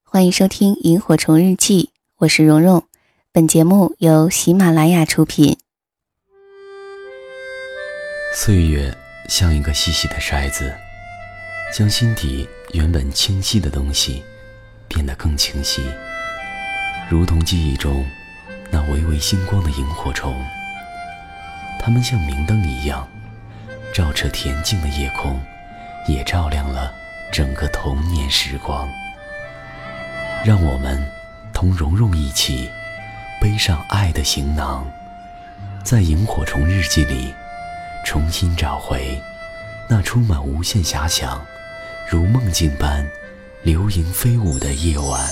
欢迎收听萤火虫日记，我是蓉蓉。本节目由喜马拉雅出品。 岁月像一个细细的筛子，将心底原本清晰的东西变得更清晰，如同记忆中那微微星光的萤火虫，它们像明灯一样照彻恬静的夜空，也照亮了整个童年时光。让我们同蓉蓉一起背上爱的行囊，在萤火虫日记里重新找回那充满无限遐想，如梦境般流萤飞舞的夜晚。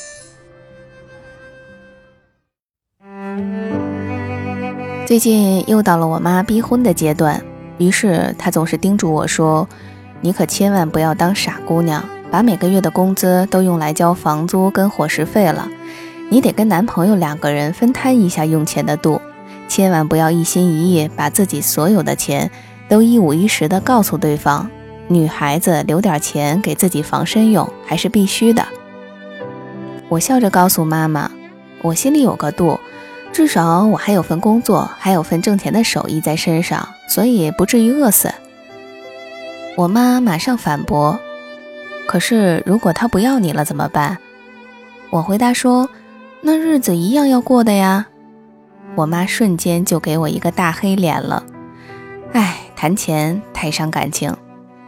最近又到了我妈逼婚的阶段，于是她总是叮嘱我说，你可千万不要当傻姑娘，把每个月的工资都用来交房租跟伙食费了，你得跟男朋友2个人分摊一下用钱的度，千万不要一心一意把自己所有的钱都一五一十的告诉对方，女孩子留点钱给自己防身用还是必须的。我笑着告诉妈妈，我心里有个度，至少我还有份工作，还有份挣钱的手艺在身上，所以不至于饿死。我妈马上反驳，可是如果他不要你了怎么办？我回答说，那日子一样要过的呀。我妈瞬间就给我一个大黑脸了。谈钱太伤感情。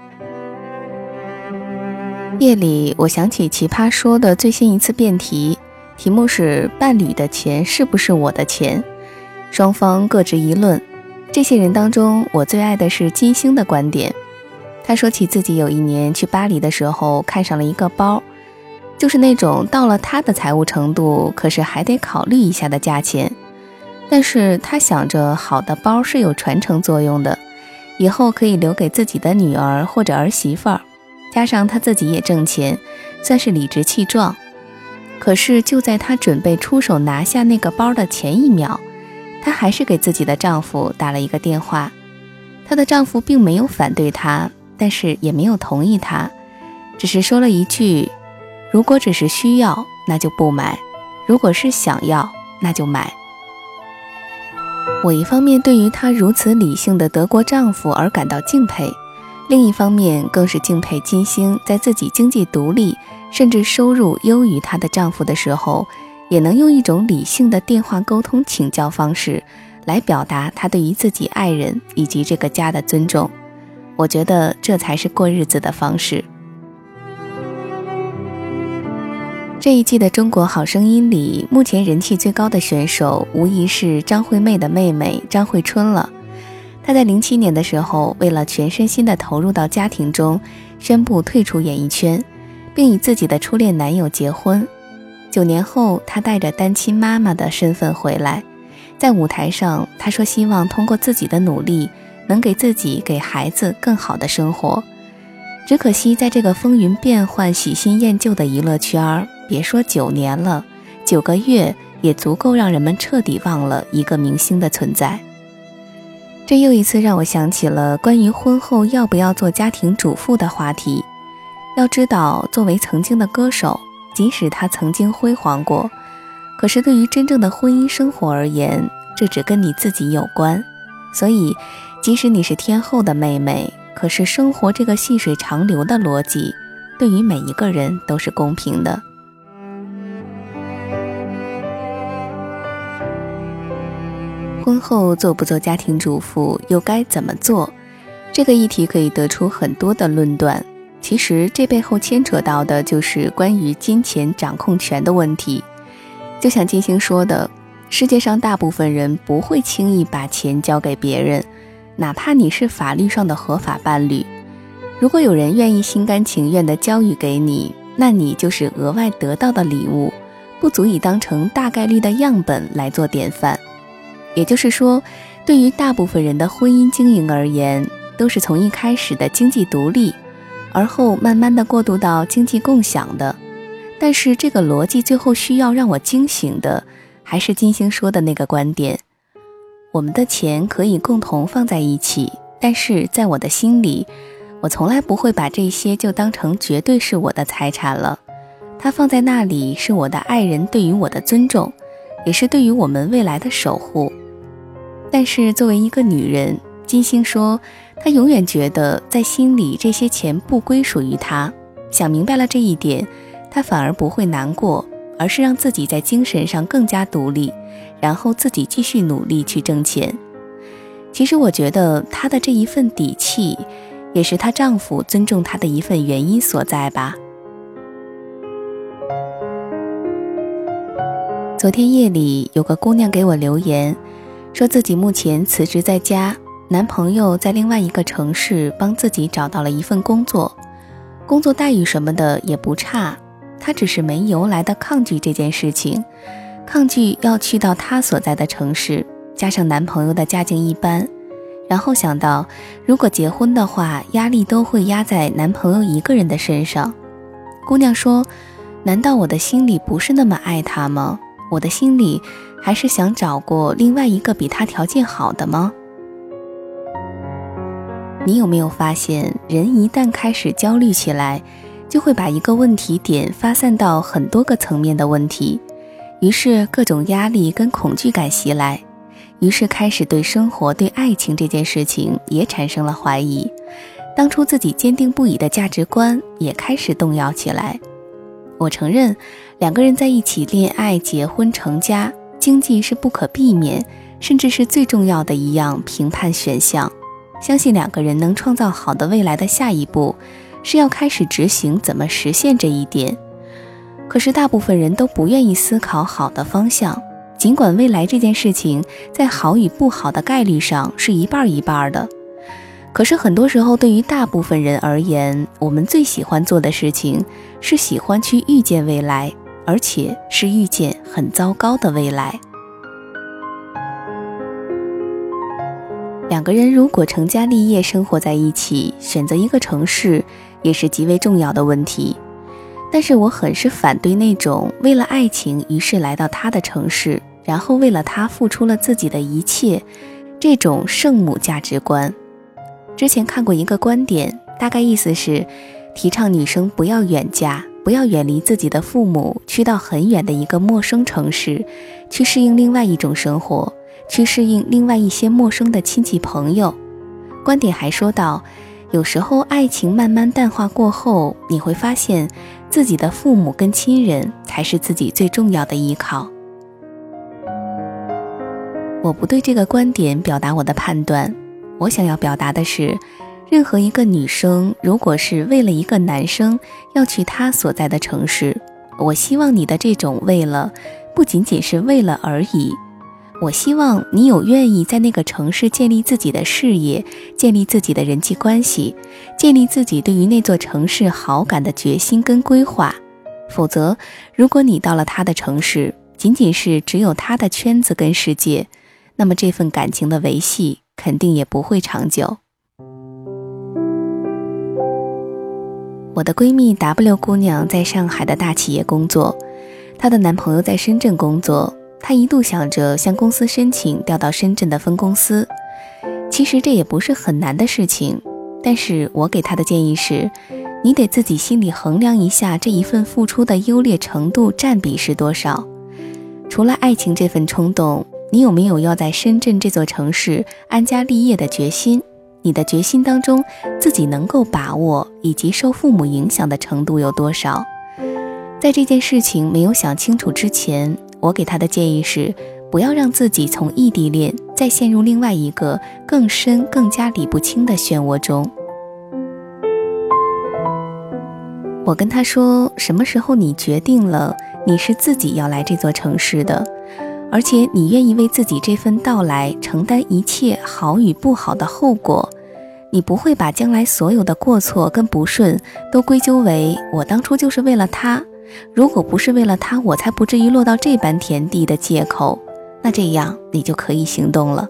夜里我想起奇葩说的最新一次辩题，题目是伴侣的钱是不是我的钱，双方各执一论。这些人当中，我最爱的是金星的观点。他说起自己有一年去巴黎的时候看上了一个包，就是那种到了他的财务程度，可是还得考虑一下的价钱。但是他想着好的包是有传承作用的，以后可以留给自己的女儿或者儿媳妇儿，加上他自己也挣钱，算是理直气壮。可是就在他准备出手拿下那个包的前一秒，她还是给自己的丈夫打了一个电话。她的丈夫并没有反对她，但是也没有同意她，只是说了一句，如果只是需要那就不买，如果是想要那就买。我一方面对于她如此理性的德国丈夫而感到敬佩，另一方面更是敬佩金星在自己经济独立甚至收入优于她的丈夫的时候，也能用一种理性的电话沟通请教方式来表达她对于自己爱人以及这个家的尊重。我觉得这才是过日子的方式。这一季的中国好声音里，目前人气最高的选手无疑是张惠妹的妹妹张惠春了。她在07年的时候，为了全身心地投入到家庭中，宣布退出演艺圈，并与自己的初恋男友结婚。9年后，她带着单亲妈妈的身份回来，在舞台上，她说希望通过自己的努力，能给自己给孩子更好的生活。只可惜在这个风云变幻喜新厌旧的娱乐圈，别说9年了，9个月也足够让人们彻底忘了一个明星的存在。这又一次让我想起了关于婚后要不要做家庭主妇的话题。要知道，作为曾经的歌手，即使他曾经辉煌过，可是对于真正的婚姻生活而言，这只跟你自己有关。所以即使你是天后的妹妹，可是生活这个细水长流的逻辑，对于每一个人都是公平的。婚后做不做家庭主妇，又该怎么做？这个议题可以得出很多的论断。其实这背后牵扯到的就是关于金钱掌控权的问题。就像金星说的，世界上大部分人不会轻易把钱交给别人，哪怕你是法律上的合法伴侣。如果有人愿意心甘情愿地交予给你，那你就是额外得到的礼物，不足以当成大概率的样本来做典范。也就是说，对于大部分人的婚姻经营而言，都是从一开始的经济独立，而后慢慢地过渡到经济共享的。但是这个逻辑最后需要让我惊醒的，还是金星说的那个观点，我们的钱可以共同放在一起，但是在我的心里，我从来不会把这些就当成绝对是我的财产了。 它放在那里是我的爱人对于我的尊重，也是对于我们未来的守护。但是作为一个女人，金星说她永远觉得在心里这些钱不归属于她，想明白了这一点，她反而不会难过，而是让自己在精神上更加独立，然后自己继续努力去挣钱。其实我觉得她的这一份底气，也是她丈夫尊重她的一份原因所在吧。昨天夜里有个姑娘给我留言，说自己目前辞职在家，男朋友在另外一个城市帮自己找到了一份工作，工作待遇什么的也不差，她只是没由来的抗拒这件事情，抗拒要去到她所在的城市，加上男朋友的家境一般，然后想到如果结婚的话，压力都会压在男朋友一个人的身上。姑娘说，难道我的心里不是那么爱他吗？我的心里还是想找过另外一个比他条件好的吗？你有没有发现，人一旦开始焦虑起来，就会把一个问题点发散到很多个层面的问题，于是各种压力跟恐惧感袭来，于是开始对生活、对爱情这件事情也产生了怀疑，当初自己坚定不移的价值观也开始动摇起来。我承认，两个人在一起恋爱、结婚、成家，经济是不可避免，甚至是最重要的一样评判选项。相信两个人能创造好的未来的下一步，是要开始执行怎么实现这一点。可是大部分人都不愿意思考好的方向，尽管未来这件事情在好与不好的概率上是一半一半的。可是很多时候，对于大部分人而言，我们最喜欢做的事情是喜欢去预见未来，而且是预见很糟糕的未来。两个人如果成家立业生活在一起，选择一个城市也是极为重要的问题。但是我很是反对那种为了爱情于是来到他的城市，然后为了他付出了自己的一切，这种圣母价值观。之前看过一个观点，大概意思是提倡女生不要远嫁，不要远离自己的父母，去到很远的一个陌生城市，去适应另外一种生活，去适应另外一些陌生的亲戚朋友。观点还说到，有时候爱情慢慢淡化过后，你会发现自己的父母跟亲人才是自己最重要的依靠。我不对这个观点表达我的判断，我想要表达的是，任何一个女生如果是为了一个男生要去他所在的城市，我希望你的这种为了不仅仅是为了而已，我希望你有愿意在那个城市建立自己的事业，建立自己的人际关系，建立自己对于那座城市好感的决心跟规划。否则，如果你到了他的城市，仅仅是只有他的圈子跟世界，那么这份感情的维系肯定也不会长久。我的闺蜜 W 姑娘在上海的大企业工作，她的男朋友在深圳工作，她一度想着向公司申请调到深圳的分公司。其实这也不是很难的事情，但是我给她的建议是，你得自己心里衡量一下这一份付出的优劣程度占比是多少。除了爱情这份冲动，你有没有要在深圳这座城市安家立业的决心？你的决心当中，自己能够把握以及受父母影响的程度有多少？在这件事情没有想清楚之前，我给他的建议是，不要让自己从异地恋再陷入另外一个更深更加理不清的漩涡中。我跟他说，什么时候你决定了你是自己要来这座城市的，而且你愿意为自己这份到来承担一切好与不好的后果，你不会把将来所有的过错跟不顺都归咎为我当初就是为了他，如果不是为了他，我才不至于落到这般田地的借口，那这样你就可以行动了。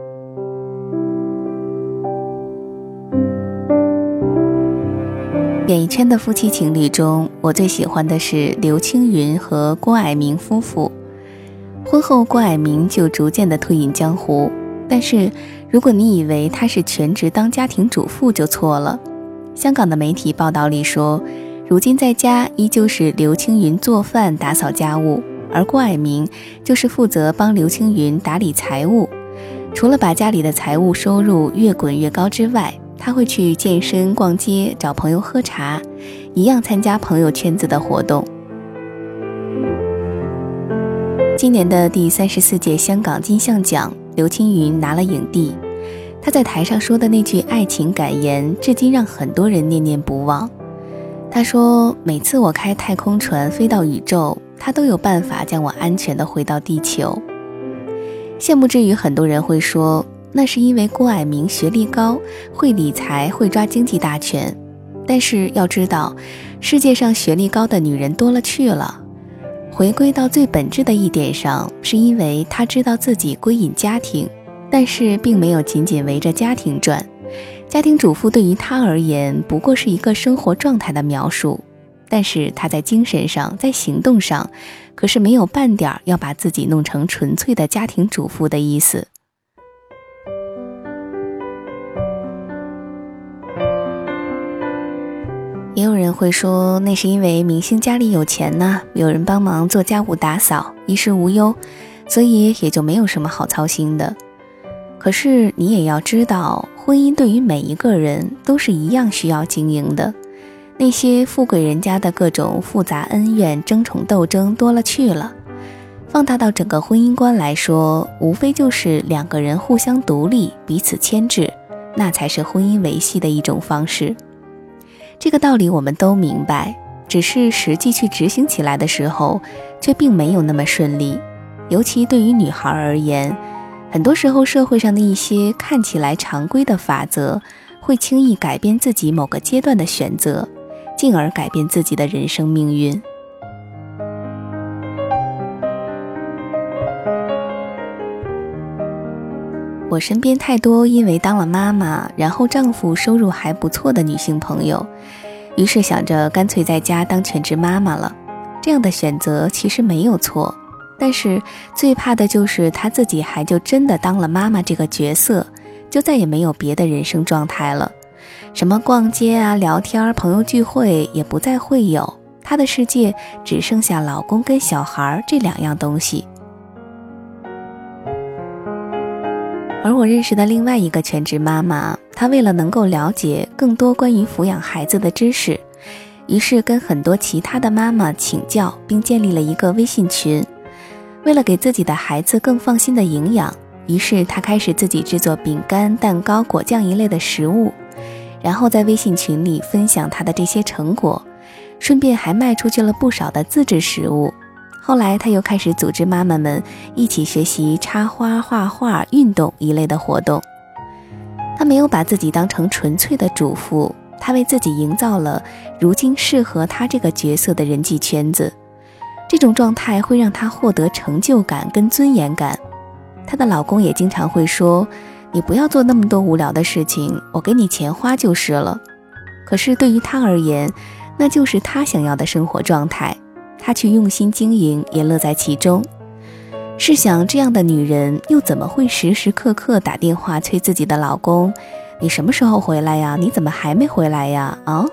演艺圈的夫妻情侣中，我最喜欢的是刘青云和郭蔼明夫妇。婚后郭蔼明就逐渐的退隐江湖，但是如果你以为他是全职当家庭主妇就错了。香港的媒体报道里说， 如今在家依旧是刘青云做饭打扫家务，而郭蔼明就是负责帮刘青云打理财务。除了把家里的财务收入越滚越高之外，他会去健身、逛街、找朋友喝茶，一样参加朋友圈子的活动。今年的第34届香港金像奖，刘青云拿了影帝。他在台上说的那句爱情感言，至今让很多人念念不忘。他说，每次我开太空船飞到宇宙，他都有办法将我安全地回到地球。羡慕之余，很多人会说，那是因为郭蔼明学历高，会理财，会抓经济大权。但是要知道，世界上学历高的女人多了去了。回归到最本质的一点上，是因为她知道自己归隐家庭，但是并没有仅仅围着家庭转。家庭主妇对于她而言，不过是一个生活状态的描述，但是她在精神上，在行动上，可是没有半点要把自己弄成纯粹的家庭主妇的意思。也有人会说，那是因为明星家里有钱呢，有人帮忙做家务打扫，衣食无忧，所以也就没有什么好操心的。可是你也要知道，婚姻对于每一个人都是一样需要经营的。那些富贵人家的各种复杂恩怨、争宠斗争多了去了，放大到整个婚姻观来说，无非就是两个人互相独立，彼此牵制，那才是婚姻维系的一种方式。这个道理我们都明白，只是实际去执行起来的时候，却并没有那么顺利。尤其对于女孩而言，很多时候社会上的一些看起来常规的法则，会轻易改变自己某个阶段的选择，进而改变自己的人生命运。我身边太多因为当了妈妈，然后丈夫收入还不错的女性朋友，于是想着干脆在家当全职妈妈了。这样的选择其实没有错，但是最怕的就是她自己还就真的当了妈妈这个角色，就再也没有别的人生状态了。什么逛街啊、聊天、朋友聚会也不再会有，她的世界只剩下老公跟小孩这两样东西。而我认识的另外一个全职妈妈，她为了能够了解更多关于抚养孩子的知识，于是跟很多其他的妈妈请教，并建立了一个微信群。为了给自己的孩子更放心的营养，于是她开始自己制作饼干、蛋糕、果酱一类的食物，然后在微信群里分享她的这些成果，顺便还卖出去了不少的自制食物。后来他又开始组织妈妈们一起学习插花、画画、运动一类的活动。他没有把自己当成纯粹的主妇，他为自己营造了如今适合他这个角色的人际圈子。这种状态会让他获得成就感跟尊严感。她的老公也经常会说，你不要做那么多无聊的事情，我给你钱花就是了。可是对于他而言，那就是他想要的生活状态，她去用心经营，也乐在其中。试想，这样的女人又怎么会时时刻刻打电话催自己的老公，你什么时候回来呀？你怎么还没回来呀？啊？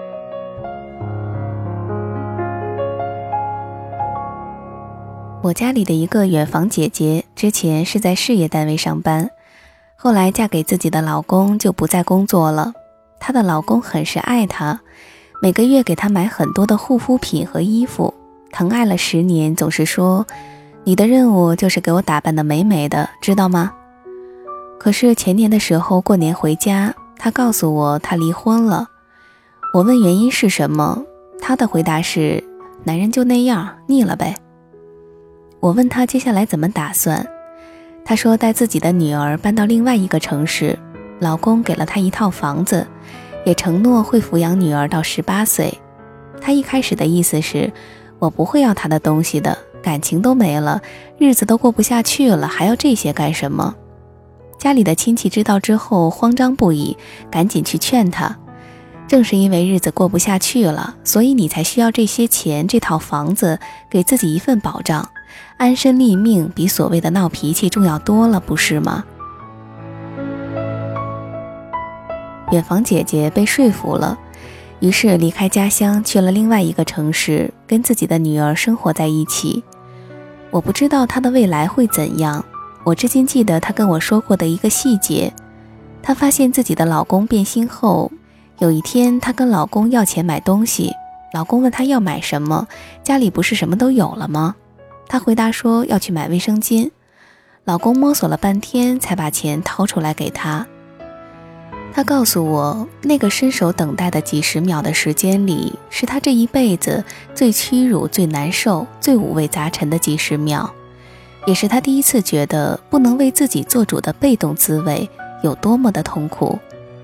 我家里的一个远房姐姐，之前是在事业单位上班，后来嫁给自己的老公就不再工作了。她的老公很是爱她，每个月给她买很多的护肤品和衣服，疼爱了10年，总是说，你的任务就是给我打扮得美美的，知道吗？可是前年的时候过年回家，她告诉我她离婚了。我问原因是什么，她的回答是，男人就那样，腻了呗。我问她接下来怎么打算，她说带自己的女儿搬到另外一个城市，老公给了她一套房子，也承诺会抚养女儿到18岁。她一开始的意思是，我不会要她的东西的，感情都没了，日子都过不下去了，还要这些干什么？家里的亲戚知道之后慌张不已，赶紧去劝她，正是因为日子过不下去了，所以你才需要这些钱，这套房子，给自己一份保障，安身立命比所谓的闹脾气重要多了，不是吗？远房姐姐被说服了， 于是离开家乡去了另外一个城市，跟自己的女儿生活在一起。我不知道她的未来会怎样，我至今记得她跟我说过的一个细节。她发现自己的老公变心后，有一天她跟老公要钱买东西，老公问她要买什么，家里不是什么都有了吗？她回答说要去买卫生巾。老公摸索了半天才把钱掏出来给她。他告诉我，那个伸手等待的几十秒的时间里，是他这一辈子最屈辱、最难受、最五味杂陈的几十秒，也是他第一次觉得不能为自己做主的被动滋味有多么的痛苦。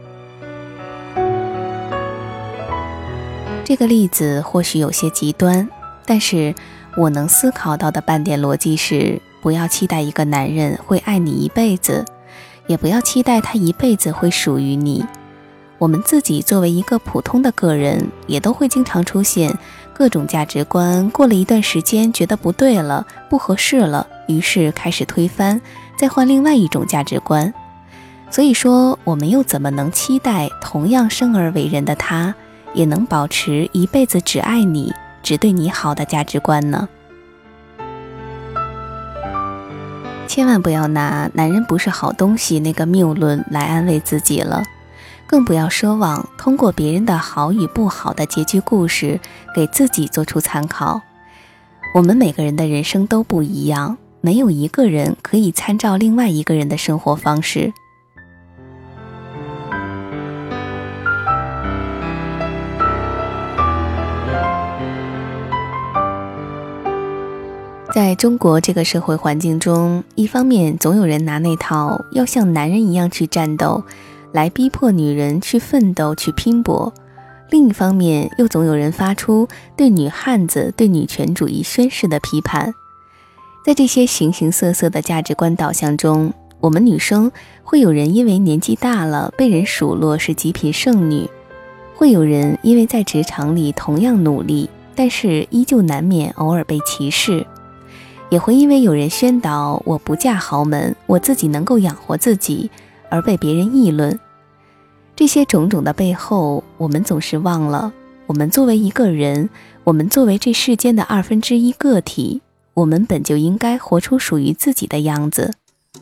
这个例子或许有些极端，但是我能思考到的半点逻辑是，不要期待一个男人会爱你一辈子，也不要期待他一辈子会属于你。我们自己作为一个普通的个人，也都会经常出现各种价值观，过了一段时间觉得不对了，不合适了，于是开始推翻，再换另外一种价值观。所以说，我们又怎么能期待同样生而为人的他，也能保持一辈子只爱你，只对你好的价值观呢？千万不要拿男人不是好东西那个谬论来安慰自己了，更不要奢望通过别人的好与不好的结局故事给自己做出参考。我们每个人的人生都不一样，没有一个人可以参照另外一个人的生活方式。在中国这个社会环境中，一方面总有人拿那套要像男人一样去战斗来逼迫女人去奋斗去拼搏，另一方面又总有人发出对女汉子对女权主义宣誓的批判。在这些形形色色的价值观导向中，我们女生会有人因为年纪大了被人数落是极品剩女，会有人因为在职场里同样努力，但是依旧难免偶尔被歧视，也会因为有人宣导我不嫁豪门，我自己能够养活自己，而被别人议论。这些种种的背后，我们总是忘了，我们作为一个人，我们作为这世间的1/2个体，我们本就应该活出属于自己的样子。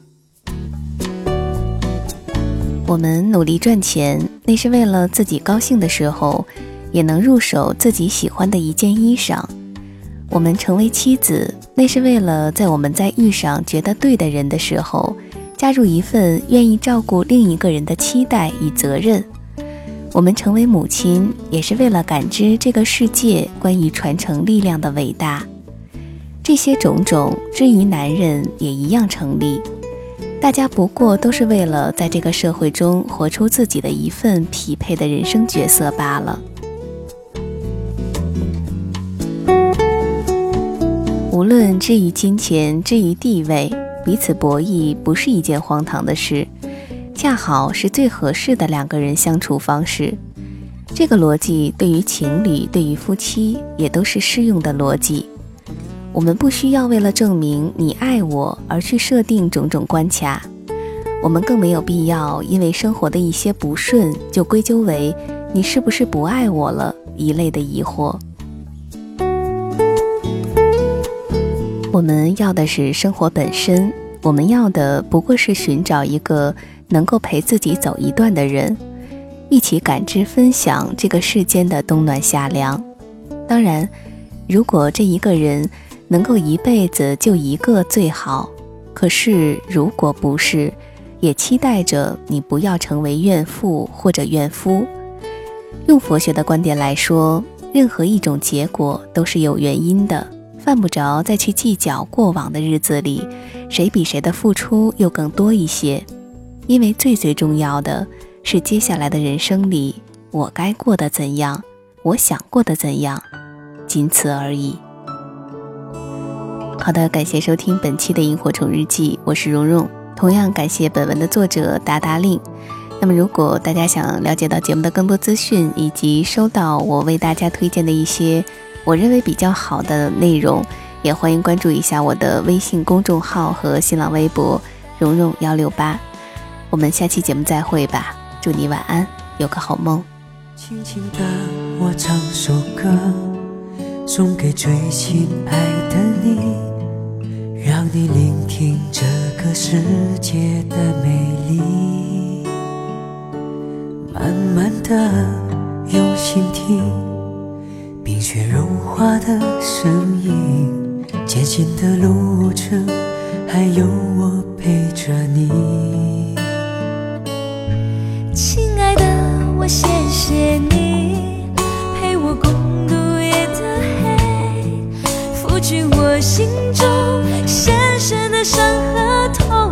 我们努力赚钱，那是为了自己高兴的时候也能入手自己喜欢的一件衣裳。我们成为妻子，那是为了在我们在遇上觉得对的人的时候，加入一份愿意照顾另一个人的期待与责任。我们成为母亲，也是为了感知这个世界关于传承力量的伟大。这些种种至于男人也一样成立，大家不过都是为了在这个社会中活出自己的一份匹配的人生角色罢了。无论至于金钱，至于地位，彼此博弈不是一件荒唐的事，恰好是最合适的两个人相处方式。这个逻辑对于情侣，对于夫妻也都是适用的逻辑。我们不需要为了证明你爱我而去设定种种关卡，我们更没有必要因为生活的一些不顺就归咎为你是不是不爱我了一类的疑惑。我们要的是生活本身，我们要的不过是寻找一个能够陪自己走一段的人，一起感知分享这个世间的冬暖夏凉。当然，如果这一个人能够一辈子就一个最好，可是如果不是，也期待着你不要成为怨妇或者怨夫。用佛学的观点来说，任何一种结果都是有原因的，犯不着再去计较过往的日子里谁比谁的付出又更多一些，因为最重要的是接下来的人生里，我该过得怎样，我想过得怎样，仅此而已。好的，感谢收听本期的萤火虫日记，我是蓉蓉，同样感谢本文的作者达达令。那么如果大家想了解到节目的更多资讯，以及收到我为大家推荐的一些我认为比较好的内容，也欢迎关注一下我的微信公众号和新浪微博蓉蓉168。我们下期节目再会吧，祝你晚安，有个好梦。 轻轻地我唱首歌，送给最亲爱的你，让你聆听这个世界的美丽。慢慢的用心听，冰雪融化的声音，艰辛的路程，还有我陪着你。 亲爱的，我谢谢你陪我共度夜的黑，拂去我心中深深的伤和痛。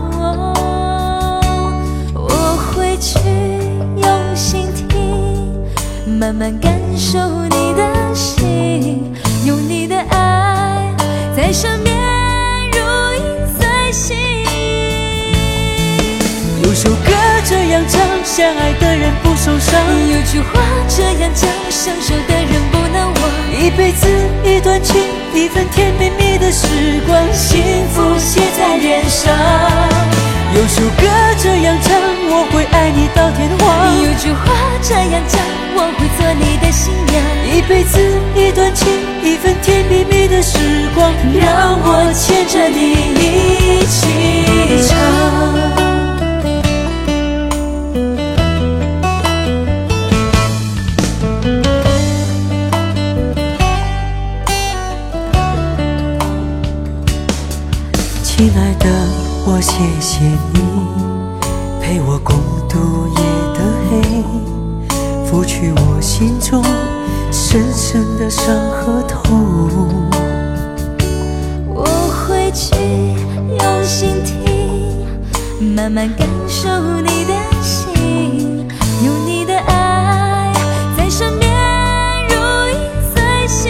我会去用心听，慢慢感受你的心，用你的爱在身边如影随形。 有首歌这样唱，相爱的人不受伤。 有句话这样讲，相守的人不能忘。 一辈子一段情，一份甜蜜蜜的时光，幸福写在脸上。有首歌这样唱，我会爱你到天荒。 有句话这样讲，我会做你的新娘。 一辈子一段情，一份甜蜜蜜的时光，让我牵着你一起唱。亲爱的，我谢谢你陪我共度夜的黑，拂去我心中深深的伤和痛。 我会去用心听，慢慢感受你的心，用你的爱在身边如影随形。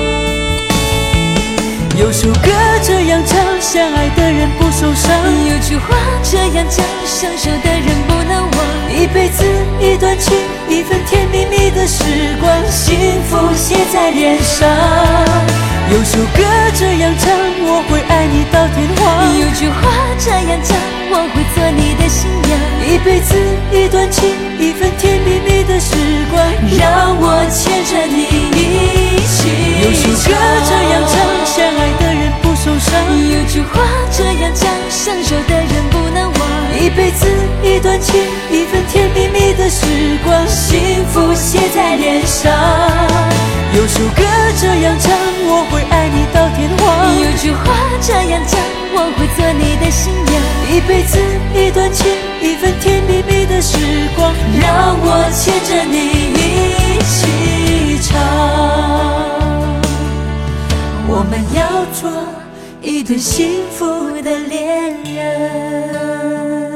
有首歌这样唱，相爱的人不受伤。 有句话这样讲，相守的人不能忘。 一辈子一段情，一份甜蜜蜜的时光，幸福写在脸上。有首歌这样唱，我会爱你到天荒。 有句话这样讲，我会做你的新娘。 一辈子一段情，一份甜蜜蜜的时光，让我牵着你一起。有首歌这样唱，相爱的人不受伤。 有句话这样讲，相守的人不能忘。 一辈子一段情，一份甜蜜蜜的时光，幸福写在脸上。有首歌这样唱，我会爱你到天荒。 有句话这样讲，我会做你的新娘。 一辈子一段情，一份甜蜜蜜的时光，让我牵着你一起唱。我们要做一对幸福的恋人。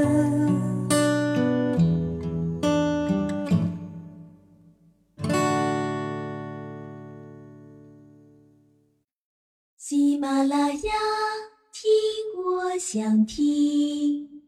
喜马拉雅，听我想听。